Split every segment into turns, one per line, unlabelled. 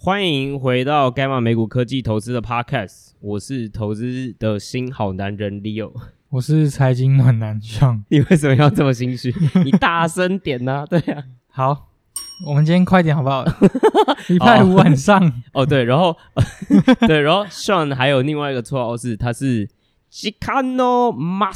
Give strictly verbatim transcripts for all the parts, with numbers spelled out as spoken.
欢迎回到 Gamma 美股科技投资的 Podcast， 我是投资的新好男人 Leo，
我是财经暖男 Sean。
你为什么要这么心虚？你大声点啊！对啊，
好，我们今天快点好不好？礼拜五晚上。
哦，对，然后对，然后 Sean 还有另外一个绰号是他是 Chicano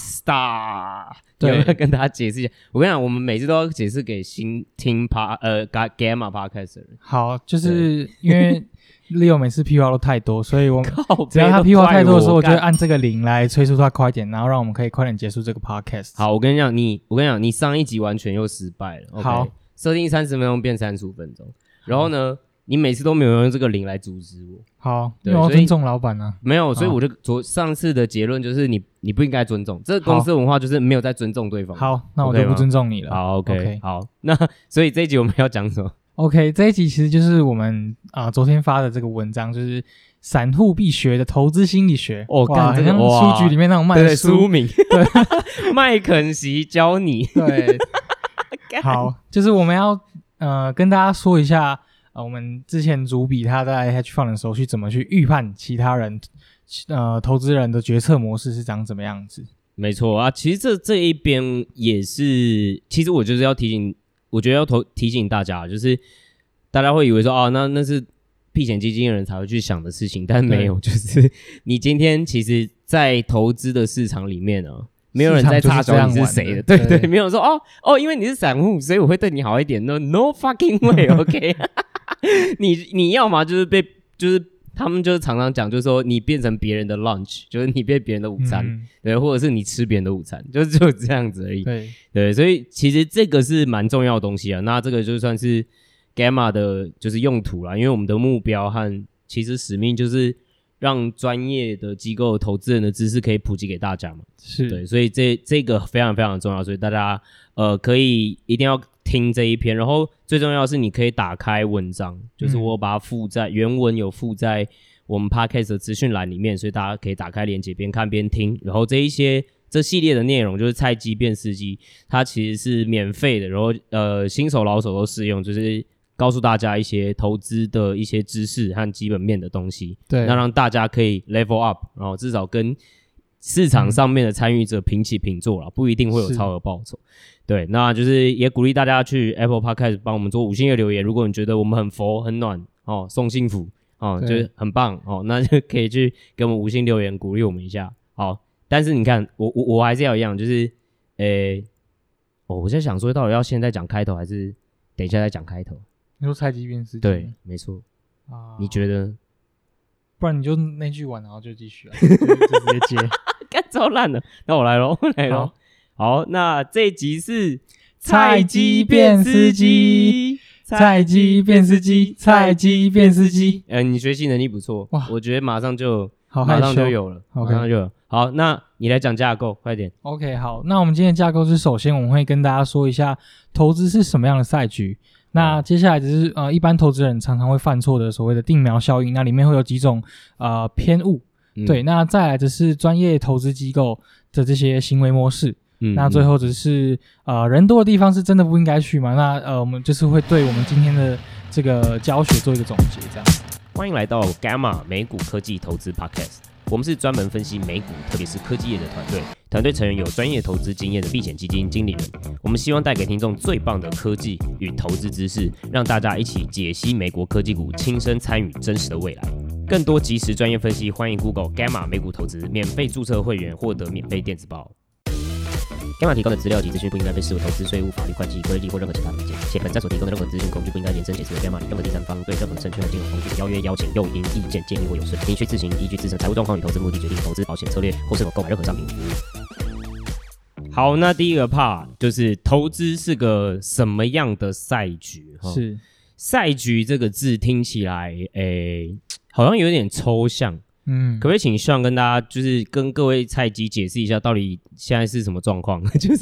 Master。有没有跟大家解释一下？我跟你讲，我们每次都要解释给新听 pa 呃 Gamma Podcast 的人。
好，就是因为 Leo 每次屁话都太多，所以我只要他屁话太多的时候，我就会按这个铃来催促他快点，然后让我们可以快点结束这个 Podcast。
好，我跟你讲，你我跟你讲，你上一集完全又失败了。Okay?
好，
设定三十分钟变三十五分钟，然后呢？你每次都没有用这个铃来阻止我。
好，因为我要尊重老板啊。
没有，所以我就昨上次的结论就是你你不应该尊重这个公司文化，就是没有在尊重对方。
好，那我就不尊重你了。
好 ，OK，, okay 好，那所以这一集我们要讲什么
？OK， 这一集其实就是我们啊、呃、昨天发的这个文章，就是散户必学的投资心理学。
哦，
哇，很像书局里面那种卖的
书名，对，麦肯锡教你。
对，好，就是我们要呃跟大家说一下。呃，我们之前主笔他在 hedge fund 的时候去怎么去预判其他人呃投资人的决策模式是长怎么样子？
没错啊，其实这这一边也是，其实我就是要提醒，我觉得要投提醒大家，就是大家会以为说啊，那那是避险基金的人才会去想的事情，但没有，就是你今天其实，在投资的市场里面呢、啊。没有人在插手你是谁的，对 对, 对，没有人说哦哦，因为你是散户，所以我会对你好一点。No no fucking way，OK？、Okay? 你你要嘛就是被就是他们就是常常讲，就是说你变成别人的 lunch， 就是你变别人的午餐，嗯、对，或者是你吃别人的午餐，就是就这样子而已。
对
对，所以其实这个是蛮重要的东西啊。那这个就算是 Gamma 的就是用途啦，因为我们的目标和其实使命就是。让专业的机构投资人的知识可以普及给大家嘛？
是
对，所以这这个非常非常重要，所以大家呃可以一定要听这一篇，然后最重要的是你可以打开文章，就是我把它附在、嗯、原文有附在我们 Podcast 的资讯栏里面，所以大家可以打开连结边看边听，然后这一些这系列的内容就是菜鸡变司机，它其实是免费的，然后呃新手老手都适用，就是。告诉大家一些投资的一些知识和基本面的东西，
对，
那让大家可以 level up， 然后至少跟市场上面的参与者平起平坐啦、嗯、不一定会有超额报酬。对，那就是也鼓励大家去 Apple Podcast 帮我们做五星的留言，如果你觉得我们很佛很暖哦，送幸福哦，就是很棒哦，那就可以去给我们五星留言鼓励我们一下。好，但是你看我我我还是要一样，就是诶、哦，我在想说到底要现在讲开头还是等一下再讲开头。
你说菜鸡变司机？
对，没错。啊，你觉得？
不然你就那句完，然后就继续啊，就, 就直接接。
干超烂了，那我来咯，我来咯。好，好，那这一集是
菜鸡变司机，菜鸡变司机，菜鸡变司机。
呃，你学习能力不错，哇，我觉得马上就
好
马上就有了，
okay.
马上就有。好，那你来讲架构，快点。
OK， 好，那我们今天的架构是，首先我们会跟大家说一下投资是什么样的赛局。那接下来只是呃，一般投资人常常会犯错的所谓的定锚效应，那里面会有几种呃偏误、嗯，对。那再来只是专业投资机构的这些行为模式，嗯，那最后只是呃人多的地方是真的不应该去嘛？那呃我们就是会对我们今天的这个教学做一个总结，这样。
欢迎来到 Gamma 美股科技投资 Podcast。我们是专门分析美股，特别是科技业的团队。团队成员有专业投资经验的避险基金经理人。我们希望带给听众最棒的科技与投资知识，让大家一起解析美国科技股，亲身参与真实的未来。更多即时专业分析，欢迎 Google Gamma 美股投资，免费注册会员，获得免费电子报。Gamma 提供的资料及资讯不应该被视为投资、税务、法律、会计、规例或任何其他意见，且本站所提供的任何资讯工具不应该延伸解释为 Gamma 任何第三方对任何证券和金融工具的邀约、邀请、诱因、意见、建议或有损，您需自行依据自身财务状况与投资目的决定投资保险策略或是否购买任何商品服务。好，那第一个 part 就是投资是个什么样的赛局？
是
赛局这个字听起来，诶，好像有点抽象。嗯，可不可以请Sean跟大家就是跟各位菜鸡解释一下，到底现在是什么状况？就是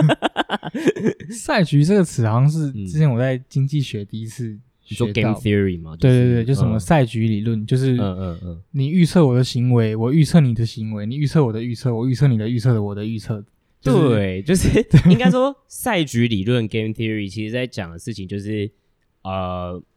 赛局这个词，好像是之前我在经济学第一次学到，
你说 game theory 嘛？
就是、对对对，就什么赛局理论，嗯、就是嗯嗯嗯，你预测我的行为，我预测你的行为，你预测我的预测，我预测你的预测的我的预测。
就是、对，就是应该说赛局理论 game theory 其实在讲的事情就是呃。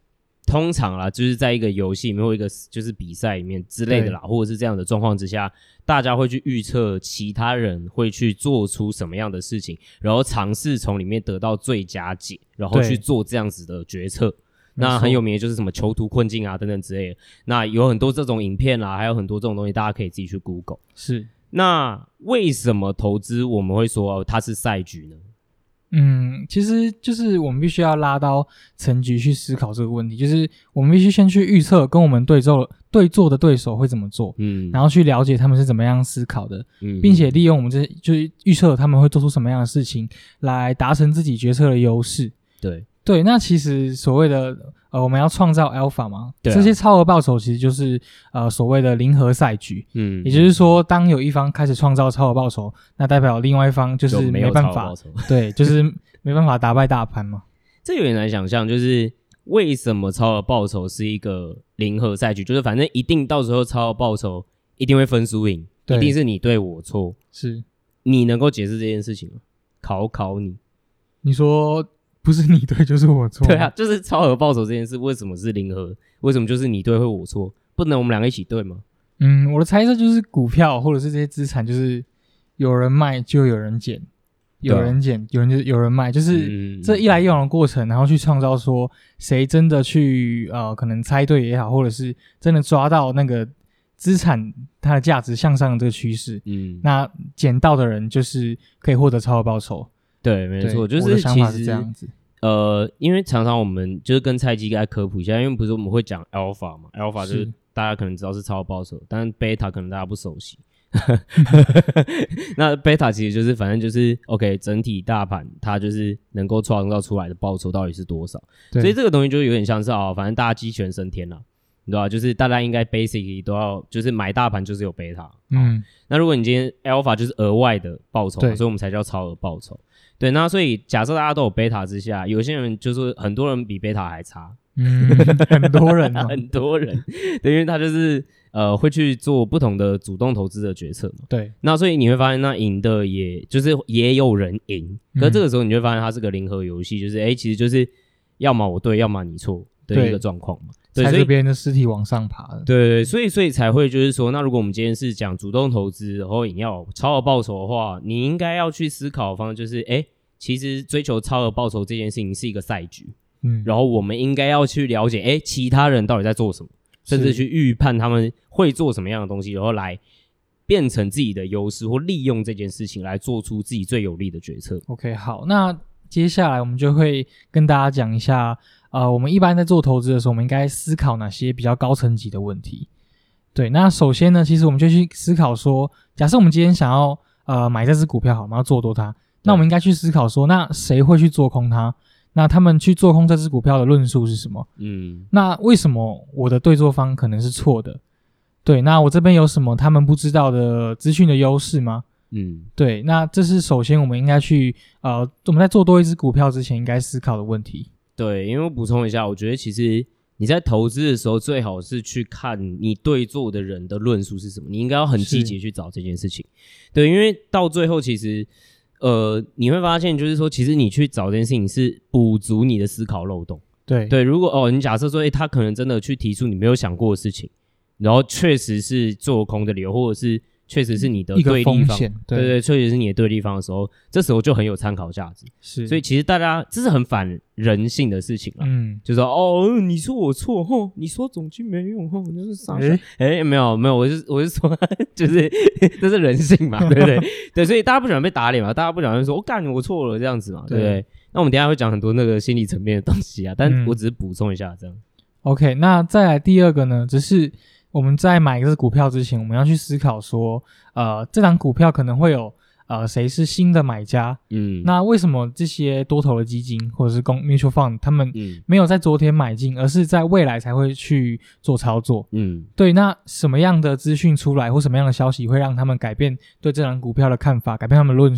通常啦，就是在一个游戏里面或一个就是比赛里面之类的啦，或者是这样的状况之下，大家会去预测其他人会去做出什么样的事情，然后尝试从里面得到最佳解，然后去做这样子的决策。那很有名的就是什么囚徒困境啊等等之类的，那有很多这种影片啦，还有很多这种东西，大家可以自己去 Google。
是，
那为什么投资我们会说、哦、它是赛局呢？
嗯，其实就是我们必须要拉到层级去思考这个问题，就是我们必须先去预测跟我们对坐对坐的对手会怎么做，嗯，然后去了解他们是怎么样思考的，嗯，并且利用我们这就是预测他们会做出什么样的事情来达成自己决策的优势。
对
对，那其实所谓的呃，我们要创造 alpha 嘛，
对啊、
这些超额报酬其实就是呃所谓的零和赛局，
嗯，
也就是说，当有一方开始创造超额报酬，那代表另外一方就是没办法，对，就是没办法打败大盘嘛。
这有点难想象，就是为什么超额报酬是一个零和赛局，就是反正一定到时候超额报酬一定会分输赢，一定是你对我错，
是
你能够解释这件事情吗？考考你，
你说。不是你对就是我错，
对啊，就是超额报酬这件事为什么是零和？为什么就是你对或我错？不能我们两个一起对吗？
嗯，我的猜测就是股票或者是这些资产，就是有人卖就有人减，有人减、啊、有人就有人卖，就是这一来一往的过程，然后去创造说谁真的去呃可能猜对也好，或者是真的抓到那个资产它的价值向上的这个趋势，嗯，那捡到的人就是可以获得超额报酬。
对，没错，就是
我的想法是这样子。
呃，因为常常我们就是跟菜鸡来科普一下，因为不是我们会讲 alpha 嘛 ，alpha 就是大家可能知道是超额报酬，但是 beta 可能大家不熟悉。那 beta 其实就是反正就是 OK， 整体大盘它就是能够创造出来的报酬到底是多少，所以这个东西就有点像是哦，反正大家鸡犬升天啦。对吧？就是大家应该 basically 都要，就是买大盘就是有 beta。嗯，那如果你今天 alpha 就是额外的报酬，所以我们才叫超额报酬。对，那所以假设大家都有 beta 之下，有些人就是很多人比 beta 还差。
嗯，很多人、哦，
很多人，对，因为他就是呃会去做不同的主动投资的决策嘛。
对，
那所以你会发现，那赢的也就是也有人赢，可是这个时候你就会发现它是个零和游戏，就是哎、欸，其实就是要么我对，要么你错的一个状况嘛。
踩着别人的尸体往上爬的。
对对，所以所以才会就是说，那如果我们今天是讲主动投资，然后你要有超额报酬的话，你应该要去思考的方式就是，哎，其实追求超额报酬这件事情是一个赛局，嗯，然后我们应该要去了解，哎，其他人到底在做什么，甚至去预判他们会做什么样的东西，然后来变成自己的优势，或利用这件事情来做出自己最有利的决策。
OK， 好，那接下来我们就会跟大家讲一下。呃，我们一般在做投资的时候，我们应该思考哪些比较高层级的问题？对，那首先呢，其实我们就去思考说，假设我们今天想要呃买这只股票，好，我们要做多它，那我们应该去思考说，那谁会去做空它？那他们去做空这只股票的论述是什么？嗯，那为什么我的对做方可能是错的？对，那我这边有什么他们不知道的资讯的优势吗？嗯，对，那这是首先我们应该去呃我们在做多一只股票之前应该思考的问题。
对，因为我补充一下，我觉得其实你在投资的时候，最好是去看你对做的人的论述是什么，你应该要很积极去找这件事情。对，因为到最后其实，呃，你会发现就是说，其实你去找这件事情是补足你的思考漏洞。
对对，
如果哦，你假设说，诶，他可能真的去提出你没有想过的事情，然后确实是做空的理由，或者是确实是你的对立方，对 对, 对，确实是你的对立方的时候，这时候就很有参考价值。
是，
所以其实大家这是很反人性的事情啦。嗯，就说哦，你说我错吼，你说总经没用吼，你就是傻笑。哎，没有没有，我是我是说，就是这是人性嘛，对不对？对，所以大家不喜欢被打脸嘛，大家不喜欢说我干、哦、我错了这样子嘛，对不对？那我们等一下会讲很多那个心理层面的东西啊，但我只是补充一下这样。
嗯、OK， 那再来第二个呢，只是。我们在买这个股票之前，我们要去思考说，呃，这档股票可能会有呃谁是新的买家，嗯，那为什么这些多头的基金或者是公 mutual fund 他们没有在昨天买进，而是在未来才会去做操作，嗯，对，那什么样的资讯出来或什么样的消息会让他们改变对这档股票的看法，改变他们的论述？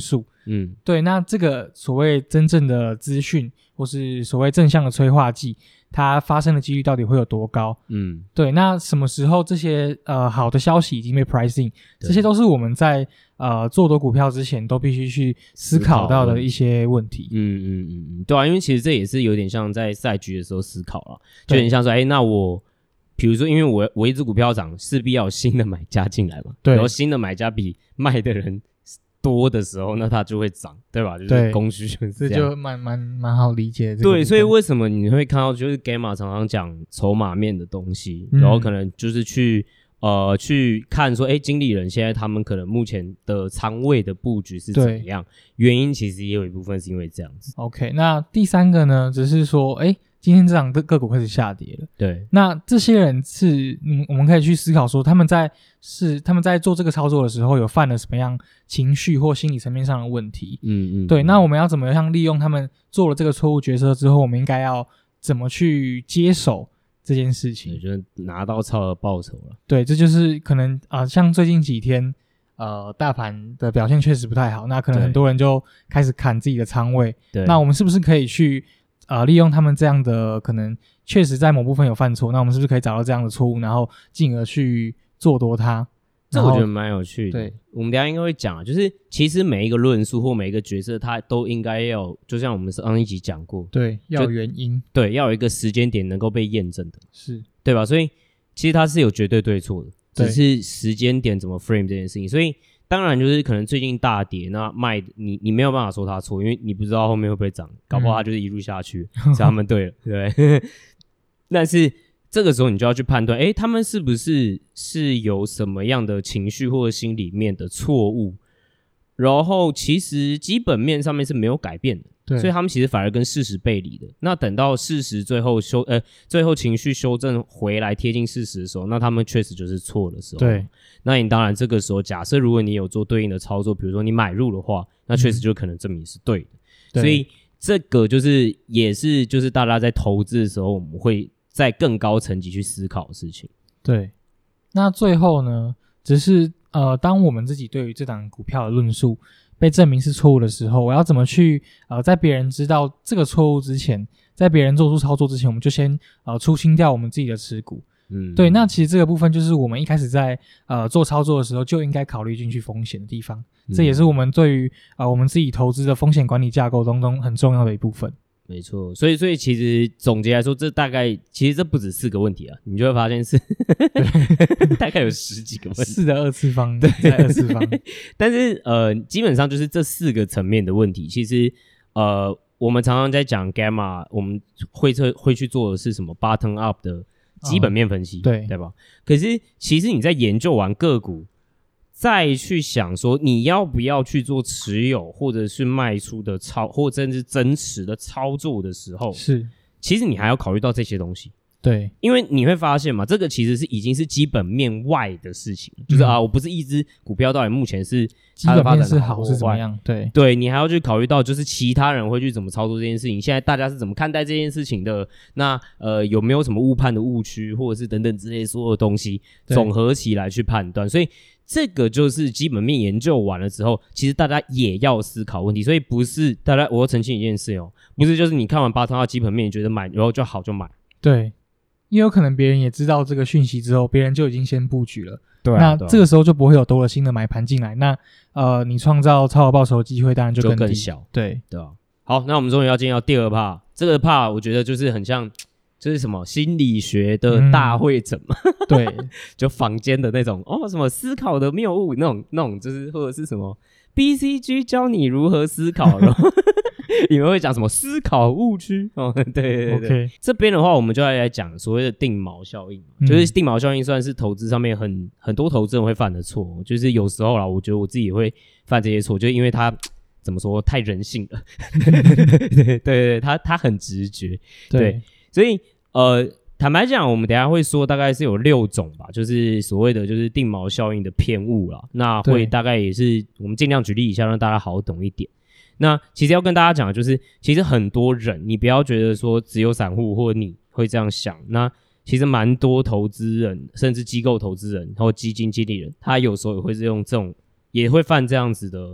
嗯，
对，那这个所谓真正的资讯或是所谓正向的催化剂，它发生的几率到底会有多高？嗯，对，那什么时候这些呃好的消息已经被 pricing， 这些都是我们在呃做多股票之前都必须去思考到的一些问题。
嗯嗯嗯嗯，对啊，因为其实这也是有点像在赛局的时候思考啦，就有点像说，哎，那我比如说，因为我我一只股票涨，势必要有新的买家进来嘛，对，然后新的买家比卖的人多的时候，那它就会涨，对吧？就是供需就是这样，
这就蛮蛮蛮好理解的。
对，所以为什么你会看到就是 Gamma 常常讲筹码面的东西，嗯、然后可能就是去呃去看说，哎，经理人现在他们可能目前的仓位的布局是怎么样？原因其实也有一部分是因为这样子。
OK， 那第三个呢，只是说，哎。今天这档个股开始下跌了，
对，
那这些人是，嗯，我们可以去思考说，他们在是他们在做这个操作的时候，有犯了什么样情绪或心理层面上的问题？嗯嗯，对，那我们要怎么样利用他们做了这个错误决策之后，我们应该要怎么去接手这件事情？
对，就是拿到超额报酬了。
对，这就是可能啊、呃，像最近几天，呃，大盘的表现确实不太好，那可能很多人就开始砍自己的仓位。对，那我们是不是可以去？呃，利用他们这样的可能确实在某部分有犯错，那我们是不是可以找到这样的错误，然后进而去做多它？
这我觉得蛮有趣的。
对，
我们等一下应该会讲，就是其实每一个论述或每一个角色，它都应该要，就像我们上一集讲过，
对，要有原因，
对，要有一个时间点能够被验证的，
是
对吧？所以其实它是有绝对对错的，只是时间点怎么 frame 这件事情。所以当然就是可能最近大跌，那卖你你没有办法说它错，因为你不知道后面会不会涨，搞不好它就是一路下去，嗯、是他们对了，对不对？但是这个时候你就要去判断，诶，他们是不是是有什么样的情绪或者心里面的错误，然后其实基本面上面是没有改变的。所以他们其实反而跟事实背离的。那等到事实最后修呃最后情绪修正回来贴近事实的时候，那他们确实就是错的时候。
对，
那你当然这个时候假设如果你有做对应的操作，比如说你买入的话，那确实就可能证明是对的。嗯、所以这个就是也是就是大家在投资的时候，我们会在更高层级去思考的事情。
对，那最后呢，只是呃，当我们自己对于这档股票的论述被证明是错误的时候，我要怎么去呃，在别人知道这个错误之前，在别人做出操作之前，我们就先呃出清掉我们自己的持股。嗯，对，那其实这个部分就是我们一开始在呃做操作的时候就应该考虑进去风险的地方，嗯、这也是我们对于呃我们自己投资的风险管理架构当中很重要的一部分。
没错，所以所以其实总结来说，这大概其实这不止四个问题啊，你就会发现是大概有十几个问题，
四的二次方，对，在二次方。
但是呃，基本上就是这四个层面的问题。其实呃，我们常常在讲 Gamma， 我们会会去做的是什么 bottom up 的基本面分析，哦、对对吧？可是其实你在研究完个股，再去想说你要不要去做持有或者是卖出的操，或者是增持的操作的时候，
是，
其实你还要考虑到这些东西。
对，
因为你会发现嘛，这个其实是已经是基本面外的事情，嗯、就是啊，我不是一只股票到底目前是它的发展
是好是怎么样，对
对，你还要去考虑到就是其他人会去怎么操作这件事情，现在大家是怎么看待这件事情的，那呃有没有什么误判的误区，或者是等等之类所有的东西总合起来去判断，所以这个就是基本面研究完了之后，其实大家也要思考问题，所以不是大家我要澄清一件事哦，不是就是你看完八套基本面你觉得买然后就好就买，
对。因为有可能别人也知道这个讯息之后，别人就已经先布局了。
对、啊，
那这个时候就不会有多了新的买盘进来。那呃，你创造超额报酬的机会当然就更低，
就更小。
对
对啊。好，那我们终于要进到第二 part， 这个 part 我觉得就是很像，就是什么心理学的大会诊嘛。嗯、
对，
就坊间的那种哦，什么思考的谬误那种那种，就是或者是什么 B C G 教你如何思考的。你们会讲什么思考误区哦？对对对对， okay. 这边的话，我们就要来讲所谓的定锚效应、嗯，就是定锚效应算是投资上面很很多投资人会犯的错，就是有时候啦，我觉得我自己也会犯这些错，就是因为他怎么说太人性了，对对对，他他很直觉， 对， 对，所以呃，坦白讲，我们等一下会说大概是有六种吧，就是所谓的就是定锚效应的偏误啦，那会大概也是我们尽量举例一下，让大家好懂一点。那其实要跟大家讲的就是，其实很多人，你不要觉得说只有散户或你会这样想，那其实蛮多投资人，甚至机构投资人或基金经理人，他有时候也会是用这种，也会犯这样子的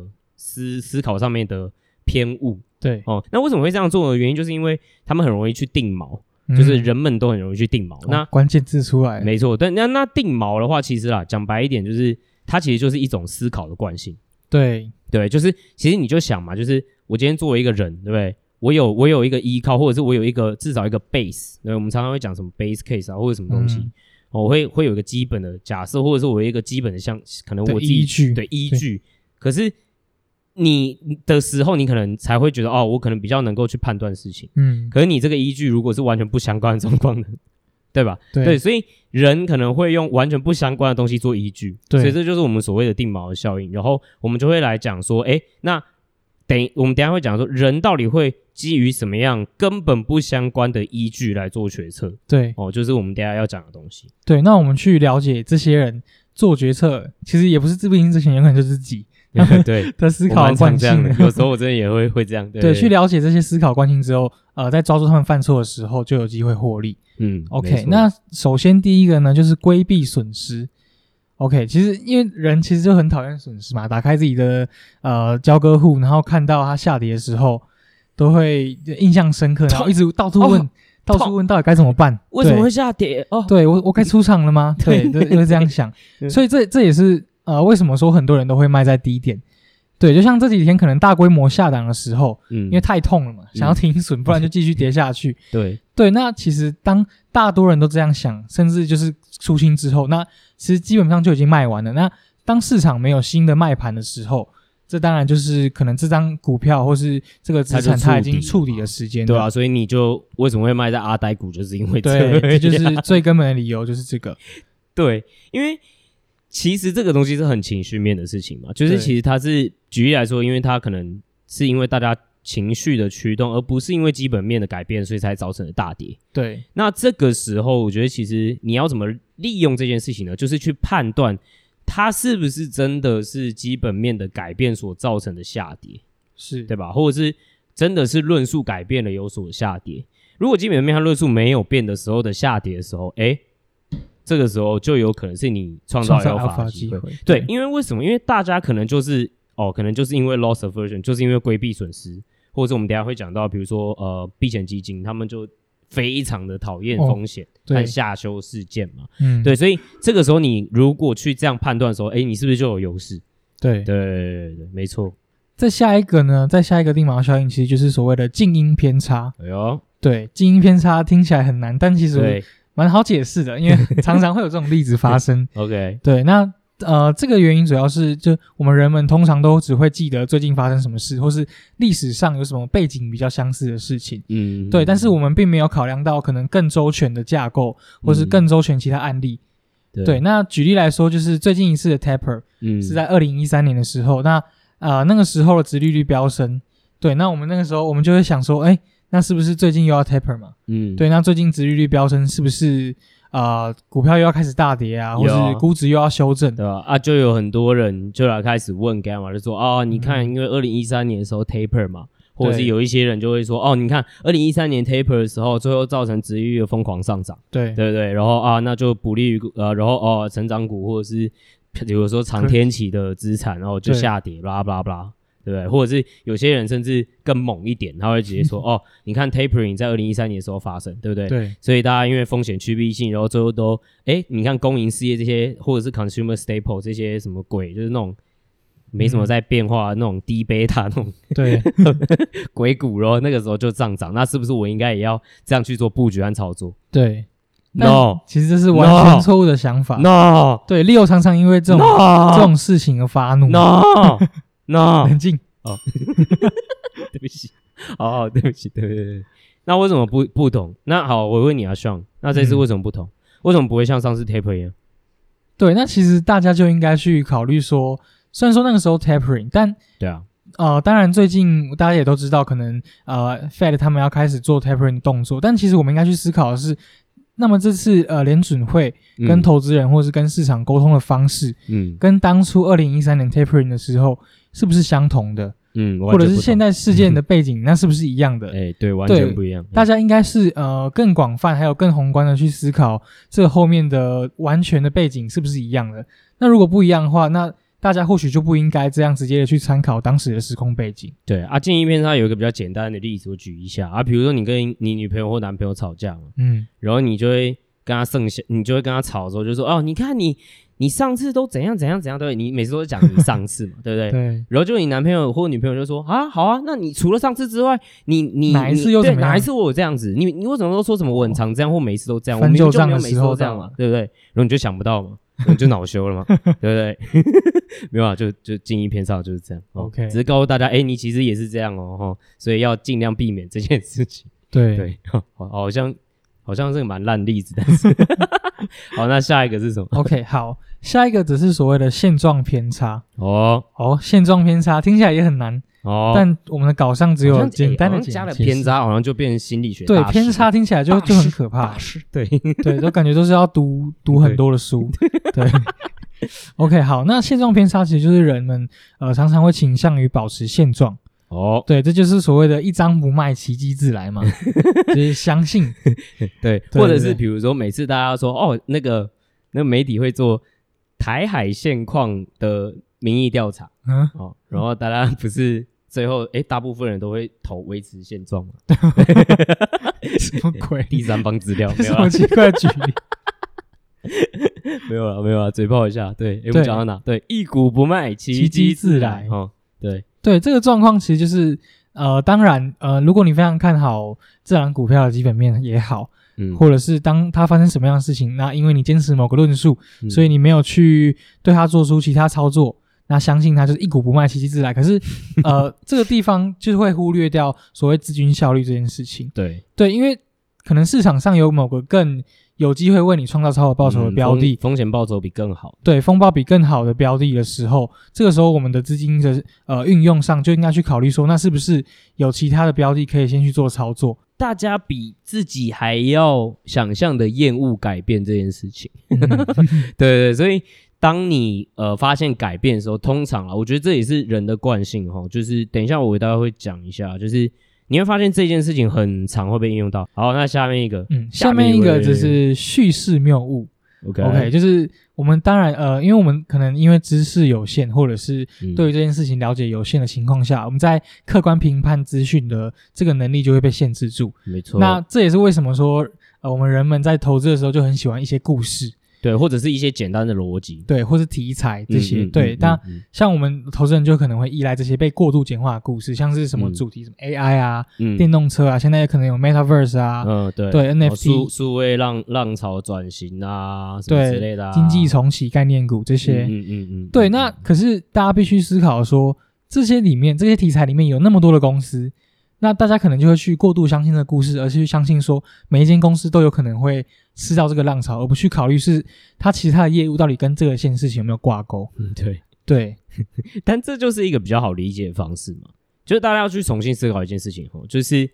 思思考上面的偏误。
对
哦，那为什么会这样做的原因，就是因为他们很容易去定锚，嗯、就是人们都很容易去定锚。哦、那
关键字出来，
没错。但那那定锚的话，其实啦，讲白一点，就是它其实就是一种思考的惯性。
对
对，就是其实你就想嘛，就是我今天作为一个人，对不对？我有我有一个依靠，或者是我有一个至少一个 base， 对，我们常常会讲什么 base case 啊，或者什么东西。嗯我会会有一个基本的假设，或者是我有一个基本的像可能我自己
依据
对依据，可是你的时候，你可能才会觉得哦，我可能比较能够去判断事情。嗯，可是你这个依据如果是完全不相关的状况的，对吧？
对,
对，所以人可能会用完全不相关的东西做依据，
对，
所以这就是我们所谓的定锚的效应。然后我们就会来讲说，哎，那等我们等一下会讲说，人到底会基于什么样根本不相关的依据来做决策？
对，
哦，就是我们等一下要讲的东西。
对，那我们去了解这些人做决策，其实也不是自不定之前，有可能就是自己
对
的思考惯性。
有时候我真的也会会这样。对,
对, 对，去了解这些思考惯性之后，呃，在抓住他们犯错的时候，就有机会获利。
嗯
，OK， 那首先第一个呢，就是规避损失。OK， 其实因为人其实就很讨厌损失嘛，打开自己的呃交割户，然后看到它下跌的时候，都会印象深刻，然后一直到处问，哦、到处问到底该怎么办？
为什么会下跌？哦，
对我我该出场了吗？对，就会这样想。所以这这也是呃为什么说很多人都会卖在低点。对，就像这几天可能大规模下档的时候，嗯，因为太痛了嘛，想要停损，嗯、不然就继续跌下去。
对
对，那其实当大多人都这样想，甚至就是出清之后，那其实基本上就已经卖完了。那当市场没有新的卖盘的时候，这当然就是可能这张股票或是这个资产它已经触底的时间了。
对啊，所以你就为什么会卖在阿呆股，就是因为这
个，对，这就是最根本的理由，就是这个。
对，因为其实这个东西是很情绪面的事情嘛，就是其实它是举例来说，因为它可能是因为大家情绪的驱动，而不是因为基本面的改变，所以才造成的大跌。
对，
那这个时候，我觉得其实你要怎么利用这件事情呢？就是去判断它是不是真的是基本面的改变所造成的下跌，
是
对吧？或者是真的是论述改变了有所下跌。如果基本面和论述没有变的时候的下跌的时候，诶这个时候就有可能是你创造 alpha 的机会。对，对，因为为什么？因为大家可能就是哦，可能就是因为 loss aversion， 就是因为规避损失，或者我们等一下会讲到，比如说呃避险基金，他们就非常的讨厌风险和下修事件嘛。嗯，对，所以这个时候你如果去这样判断的时候，哎，你是不是就有优势？
对，
对对对，没错。
再下一个呢，再下一个定锚效应，其实就是所谓的静音偏差。
哎呦，
对，静音偏差听起来很难，但其实蛮好解释的，因为常常会有这种例子发生。
OK，
对，那呃，这个原因主要是就我们人们通常都只会记得最近发生什么事，或是历史上有什么背景比较相似的事情。嗯，对，但是我们并没有考量到可能更周全的架构，或是更周全其他案例。嗯、对, 对，那举例来说，就是最近一次的 taper，嗯，是在二零一三年的时候，那呃那个时候的殖利率飙升，对，那我们那个时候我们就会想说，哎，那是不是最近又要 taper 嘛？嗯，对，那最近殖利率飙升，是不是呃股票又要开始大跌啊，或是估值又要修正？
对吧？啊，就有很多人就来开始问干嘛，就说哦，你看，因为二零一三年的时候 taper 嘛。或者是有一些人就会说，哦，你看二零一三年 taper 的时候，最后造成殖利率的疯狂上涨，
对
对对，然后啊，那就不利于呃，然后哦，成长股或者是比如说长天期的资产，然后就下跌，blah blah blah，对不对？或者是有些人甚至更猛一点，他会直接说，哦，你看 tapering 在二零一三年的时候发生，对不对？
对，
所以大家因为风险趋避性，然后最后都，哎，你看公营事业这些，或者是 consumer staple 这些什么鬼，就是那种。没什么在变化、嗯、那种低贝塔那种
对
鬼股，然后那个时候就上涨，那是不是我应该也要这样去做布局和操作？
对
，no，
其实这是完全错误的想法。
no，
对 ，Leo 常常因为这种、no! 这种事情而发怒。
no no，
冷静
哦，对不起，哦，对不起，对对对。那为什么不不同？那好，我问你啊 ，Sean， 那这次为什么不同？嗯、为什么不会像上次 taper 一样？
对，那其实大家就应该去考虑说。虽然说那个时候 tapering， 但
对啊，
呃，当然最近大家也都知道，可能呃 Fed 他们要开始做 tapering 的动作，但其实我们应该去思考的是，那么这次呃联准会跟投资人、嗯、或是跟市场沟通的方式，嗯，跟当初二零一三年 tapering 的时候是不是相同的？嗯，或者是现在事件的背景，那是不是一样的？
哎、欸，对，完全不一样。
大家应该是呃更广泛，还有更宏观的去思考这个后面的完全的背景是不是一样的？那如果不一样的话，那大家或许就不应该这样直接的去参考当时的时空背景。
对啊，建议片它有一个比较简单的例子，我举一下啊，比如说你跟你女朋友或男朋友吵架嘛，嗯，然后你就会跟他剩下，你就会跟他吵的时候就说哦，你看你你上次都怎样怎样怎样，对，你每次都是讲你上次嘛，对不对？
对。
然后就你男朋友或女朋友就说啊，好啊，那你除了上次之外，你你
哪一次又怎么样？
哪一次我有这样子？你你为什么都说什么我很常这样，或每次都这样？
分旧账的
我明明就没有每次都这样嘛，对不对？然后你就想不到嘛，你就恼羞了嘛，对不对？没有啊，就就建议片上就是这样。
OK，
只是告诉大家，哎，你其实也是这样哦，所以要尽量避免这件事情。
对
对，好，好像好像是个蛮烂例子，但是好，那下一个是什么
？OK， 好，下一个只是所谓的现状偏差。
哦
哦，现状偏差听起来也很难哦，但我们的稿上只有简单的解释，
加了偏差，好像就变成心理学
对
大师。
偏差听起来就就很可怕。
对
对，都感觉都是要读读很多的书。对。OK， 好，那现状偏差其实就是人们呃常常会倾向于保持现状。哦，对，这就是所谓的一张不卖，奇迹自来嘛，就是相信。
对，或者是比如说每次大家说哦，那个那个媒体会做台海现况的民意调查，嗯，哦，然后大家不是最后哎，大部分人都会投维持现状嘛？
什么鬼？
第三方资料，没有
什么奇怪的举例？
没有了，没有了，嘴炮一下。对，我们讲到哪？对，一股不卖，奇迹自来。哦，对。
对，这个状况其实就是呃，当然呃，如果你非常看好这档股票的基本面也好，嗯，或者是当它发生什么样的事情，那因为你坚持某个论述，嗯，所以你没有去对它做出其他操作，那相信它就是一股不卖，奇迹自来。可是呃，这个地方就是会忽略掉所谓资金效率这件事情。
对
对，因为可能市场上有某个更有机会为你创造超额报酬的标的，
嗯、风, 风险报酬比更好，
对，风暴比更好的标的的时候，这个时候我们的资金的呃运用上就应该去考虑说，那是不是有其他的标的可以先去做操作？
大家比自己还要想象的厌恶改变这件事情，嗯、对, 对对，所以当你呃发现改变的时候，通常啊，我觉得这也是人的惯性哈，就是等一下我给大家会讲一下，就是你会发现这件事情很常会被应用到。好，那下面一个，
嗯，下面一个就是叙事谬误。OK，, okay 就是我们当然呃，因为我们可能因为知识有限，或者是对于这件事情了解有限的情况下，嗯、我们在客观评判资讯的这个能力就会被限制住。
没错。
那这也是为什么说呃，我们人们在投资的时候就很喜欢一些故事。
对，或者是一些简单的逻辑，
对，或是题材这些，嗯嗯、对。但、嗯嗯、像我们投资人就可能会依赖这些被过度简化的故事，像是什么主题，嗯、什么 A I 啊、嗯、电动车啊，现在也可能有 Metaverse 啊，
嗯，对，
对 N F T，
数数位浪浪潮转型啊，什么之类的、啊，
经济重启概念股这些，
嗯嗯嗯，
对。那可是大家必须思考说，这些里面这些题材里面有那么多的公司。那大家可能就会去过度相信这个故事，而去相信说每一间公司都有可能会吃到这个浪潮，而不去考虑是它其实它的业务到底跟这个件事情有没有挂钩。
嗯，对
对，
但这就是一个比较好理解的方式嘛，就是大家要去重新思考一件事情，就是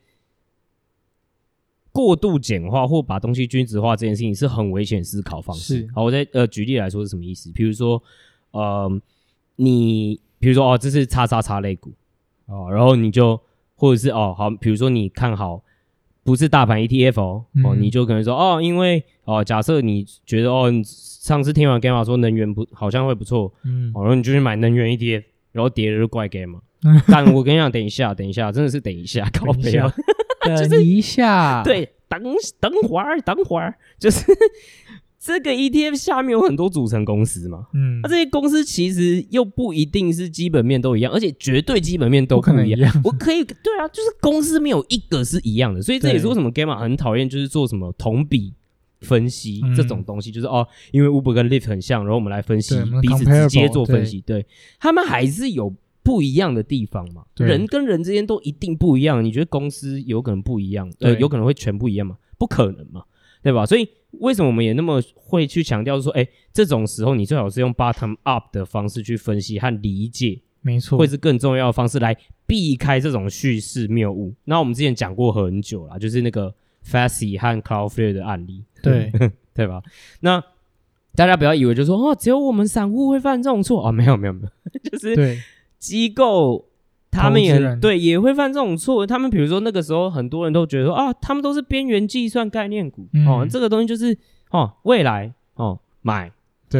过度简化或把东西均质化这件事情是很危险的思考方式。好，我再呃举例来说是什么意思？比如说呃，你比如说哦，这是叉叉叉类股哦，然后你就。或者是哦好，比如说你看好不是大盘 E T F 哦，嗯、哦你就可能说哦，因为哦假设你觉得哦上次听完 Gamma 说能源不好像会不错，嗯，哦然后你就去买能源 E T F， 然后跌了就怪 Gamma， 但我跟你讲，等一下，等一下，真的是等一下，靠北哦，
等一下，
对，等等会儿，等会儿，就是。这个 E T F 下面有很多组成公司嘛，嗯，那、啊、这些公司其实又不一定是基本面都一样，而且绝对基本面都不一样。
不可能一样
我可以，对啊，就是公司没有一个是一样的，所以这也是为什么 Gamma 很讨厌，就是做什么同比分析、嗯、这种东西，就是哦，因为 Uber 跟 Lyft 很像，然后我们来分析，彼此直接做分析，对，对他们还是有不一样的地方嘛，人跟人之间都一定不一样，你觉得公司有可能不一样，呃，有可能会全不一样吗？不可能嘛，对吧？所以。为什么我们也那么会去强调说，哎，这种时候你最好是用 bottom up 的方式去分析和理解，
没错，
会是更重要的方式来避开这种叙事谬误。那我们之前讲过很久啦，就是那个 Fassi 和 Cloudflare 的案例，
对
对吧？那大家不要以为就说哦，只有我们散户会犯这种错哦，没有没有没有，就是机构。他们也对也会犯这种错，他们比如说那个时候很多人都觉得说啊，他们都是边缘计算概念股、嗯、哦，这个东西就是哦未来哦买，
对，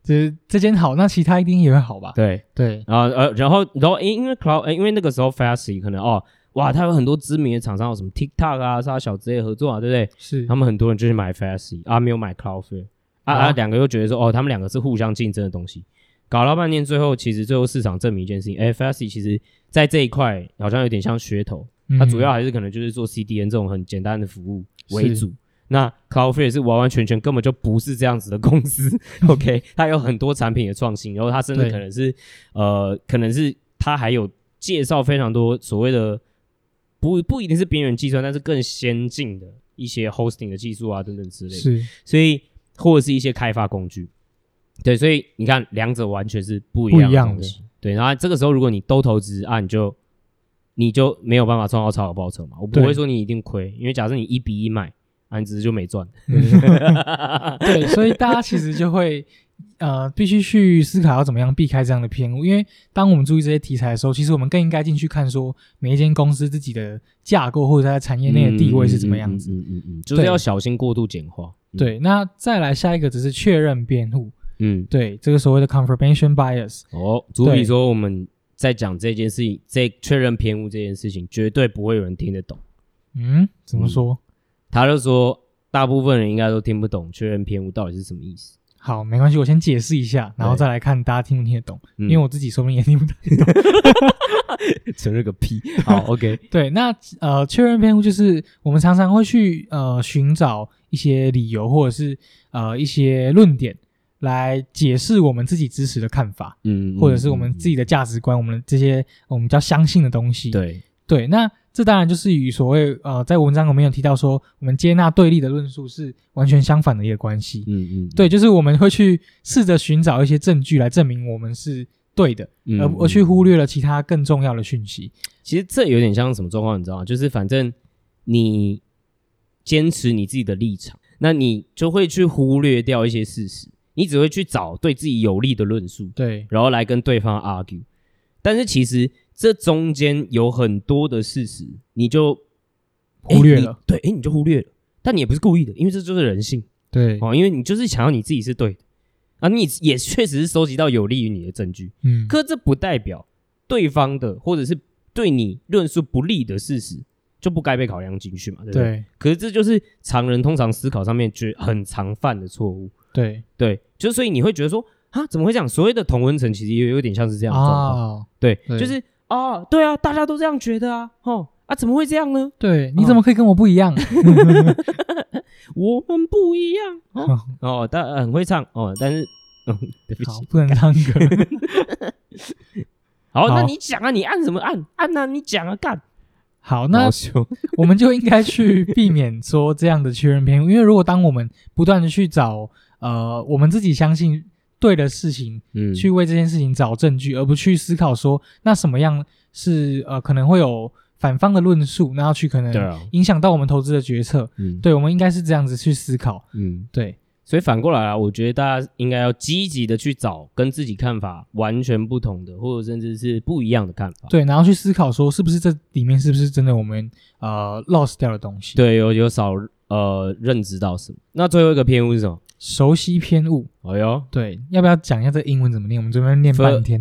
这这间好，那其他一定也会好吧？
对
对，
然后呃，然后然后因因为 Cloud，因为那个时候 Fastly 可能哦，哇，他有很多知名的厂商，有什么 TikTok 啊、沙小之类的合作啊，对不对？
是
他们很多人就去买 Fastly 啊，没有买 Cloudflare 啊啊，两、啊、个又觉得说哦，他们两个是互相竞争的东西，搞了半天，最后其实最后市场证明一件事情，哎 ，Fastly 其实在这一块好像有点像噱头，
嗯、
它主要还是可能就是做 C D N 这种很简单的服务为主。那 Cloudflare 是完完全全根本就不是这样子的公司，OK， 它有很多产品的创新，然后它甚至可能是呃，可能是它还有介绍非常多所谓的不不一定是边缘计算，但是更先进的一些 hosting 的技术啊等等之类的，
是，
所以或者是一些开发工具，对，所以你看两者完全是不一样的东西，对，然后这个时候如果你都投资啊，你就你就没有办法创造超额报酬嘛，我不会说你一定亏，因为假设你一比一买。啊，你只是就没赚，
对，所以大家其实就会呃必须去思考要怎么样避开这样的偏误，因为当我们注意这些题材的时候，其实我们更应该进去看说每一间公司自己的架构或者在产业内的地位是怎么样子，
嗯嗯 嗯, 嗯, 嗯，就是要小心过度简化。
嗯、对，那再来下一个只是确认辩护，
嗯，
对，这个所谓的 confirmation bias。
哦，足比说我们在讲这件事情，在确认偏误这件事情，绝对不会有人听得懂。
嗯，怎么说？嗯
他就说，大部分人应该都听不懂确认偏误到底是什么意思。
好，没关系，我先解释一下，然后再来看大家听不听得懂，
嗯、
因为我自己说不定也听不懂。
承认个屁！好 ，OK。
对，那呃，确认偏误就是我们常常会去呃寻找一些理由或者是呃一些论点来解释我们自己支持的看法，嗯，或者是我们自己的价值观，我们这些我们比较相信的东西。
对
对，那。这当然就是与所谓呃，在文章里面有提到说，我们接纳对立的论述是完全相反的一个关系。嗯嗯，对，就是我们会去试着寻找一些证据来证明我们是对的，嗯、而而去忽略了其他更重要的讯息。
其实这有点像什么状况，你知道吗？就是反正你坚持你自己的立场，那你就会去忽略掉一些事实，你只会去找对自己有利的论述，
对，
然后来跟对方 argue。但是其实这中间有很多的事实，你就
忽略了，
对，哎，你就忽略了，但你也不是故意的，因为这就是人性，
对，
哦，因为你就是想要你自己是对的，啊，你也确实是收集到有利于你的证据，嗯，可这不代表对方的或者是对你论述不利的事实就不该被考量进去嘛，对不对？
对，
可是这就是常人通常思考上面觉得很常犯的错误，
对
对，就所以你会觉得说。啊，怎么会这样？所谓的同温层其实也有点像是这样的状况，哦、对, 对，就是啊，对啊，大家都这样觉得啊，哦啊，怎么会这样呢？
对，你怎么可以跟我不一样？
我们不一样哦，哦，但很会唱哦，但是，嗯，对不起，
不能唱歌。
好，那你讲啊，你按什么按？按啊，你讲啊，干。
好，那我们就应该去避免说这样的确认偏误，因为如果当我们不断的去找呃，我们自己相信。对的事情，嗯，去为这件事情找证据，而不去思考说，那什么样是呃可能会有反方的论述，然后去可能影响到我们投资的决策。嗯，对，我们应该是这样子去思考。嗯，对，
所以反过来啊，我觉得大家应该要积极的去找跟自己看法完全不同的，或者甚至是不一样的看法。
对，然后去思考说，是不是这里面是不是真的我们呃 lost 掉的东西？
对，有有少呃认知到什么？那最后一个偏误是什么？
熟悉偏误，
哎呦，
对，要不要讲一下这个英文怎么念？我们这边念半天。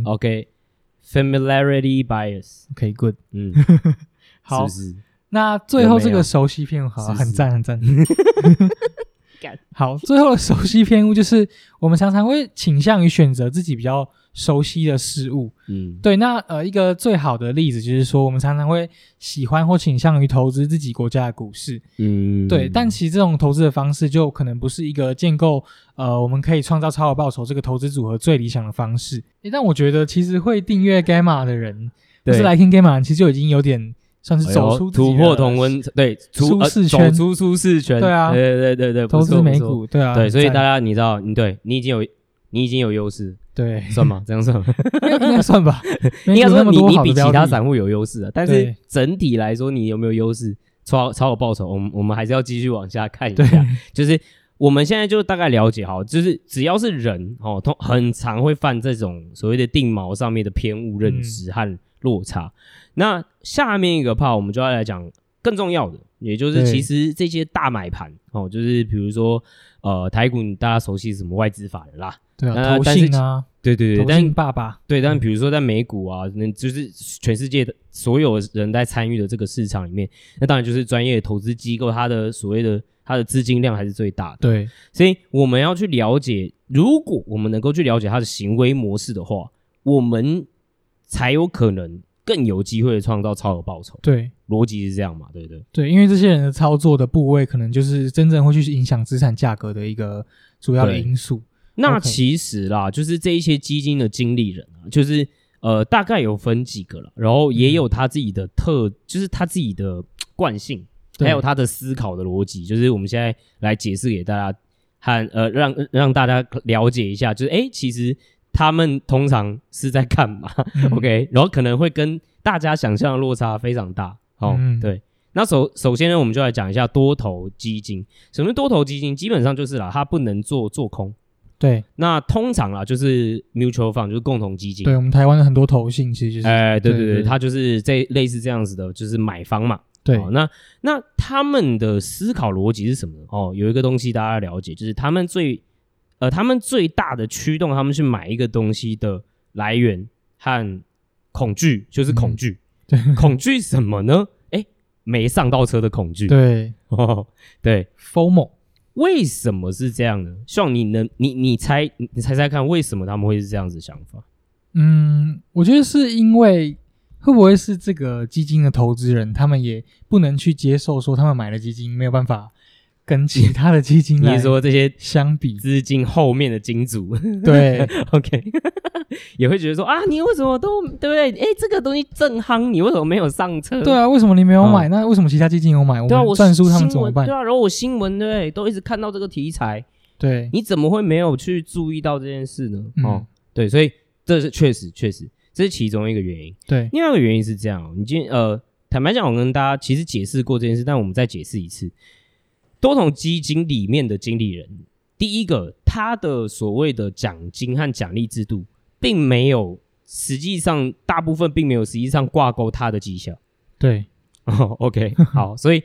OK，familiarity bias。OK，good，
嗯，好，
是不是？
那最后这个熟悉偏误，好，很赞，很赞。好，最后的熟悉偏误就是我们常常会倾向于选择自己比较熟悉的事物。嗯，对，那呃，一个最好的例子就是说，我们常常会喜欢或倾向于投资自己国家的股市。嗯，对，但其实这种投资的方式就可能不是一个建构呃我们可以创造超额报酬这个投资组合最理想的方式。诶，但我觉得其实会订阅 Gamma 的人，不是来听 Gamma 的人，其实就已经有点。算是走出自己的、
哎、突破同温对
舒适圈、
呃，走出舒适圈，
对啊，
对对对对，
投资美股，对啊，
对，所以大家你知道，你对你已经有你已经有优势，
对，
算吗？这样算吗？
应该算吧，
应该说你你比其他散户有优势啊，但是整体来说，你有没有优势？超超有报酬，我们我们还是要继续往下看一下，就是我们现在就大概了解好，就是只要是人哦，通很常会犯这种所谓的定锚上面的偏误认知和落差。嗯，那下面一个 part 我们就要来讲更重要的，也就是其实这些大买盘哦，就是比如说呃台股，大家熟悉什么外资法人啦，
对啊，呃、投信啊，
对对对，
投信爸爸，
对，但比如说在美股啊，那就是全世界的所有人在参与的这个市场里面，那当然就是专业的投资机构，它的所谓的它的资金量还是最大的。
对，
所以我们要去了解，如果我们能够去了解它的行为模式的话，我们才有可能更有机会创造超额报酬。
对，
逻辑是这样嘛，对不对？
对，因为这些人的操作的部位，可能就是真正会去影响资产价格的一个主要的因素。
那其实啦， okay. 就是这一些基金的经理人啊，就是呃，大概有分几个了，然后也有他自己的特，嗯、就是他自己的惯性，还有他的思考的逻辑，就是我们现在来解释给大家，和呃让让大家了解一下，就是哎，其实他们通常是在干嘛、嗯、？OK， 然后可能会跟大家想象的落差非常大。哦，嗯、对。那首首先呢，我们就来讲一下多头基金。什么是多头基金？基本上就是啦，它不能做做空。
对，
那通常啦就是 mutual fund， 就是共同基金。
对，我们台湾的很多投信其实就是，
哎、呃，对对 对, 对, 对，它就是这类似这样子的，就是买方嘛。
对，
哦、那那他们的思考逻辑是什么呢？哦，有一个东西大家了解，就是他们最呃，他们最大的驱动他们去买一个东西的来源和恐惧，就是恐惧。
嗯、对，
恐惧什么呢？哎，没上到车的恐惧。
对，
哦，对
，F O M O。
为什么是这样呢？希望你能你你猜你猜猜看，为什么他们会是这样子的想法？
嗯，我觉得是因为会不会是这个基金的投资人，他们也不能去接受说他们买的基金没有办法跟其他的基金来，
你说这些
相比
资金后面的金主，
对
，OK， 也会觉得说啊，你为什么都对不对？哎，这个东西正夯，你为什么没有上车？
对啊，为什么你没有买？哦、那为什么其他基金有买？
对啊，
我们赚输他们怎么办？
对啊，然后我新闻对不对，都一直看到这个题材，
对，
你怎么会没有去注意到这件事呢？
嗯、
哦，对，所以这是确实确实，这是其中一个原因。
对，
另外一个原因是这样，你今天呃，坦白讲，我跟大家其实解释过这件事，但我们再解释一次。多头基金里面的经理人，第一个，他的所谓的奖金和奖励制度，并没有，实际上大部分并没有实际上挂钩他的绩效。
对、
哦、，OK， 好，所以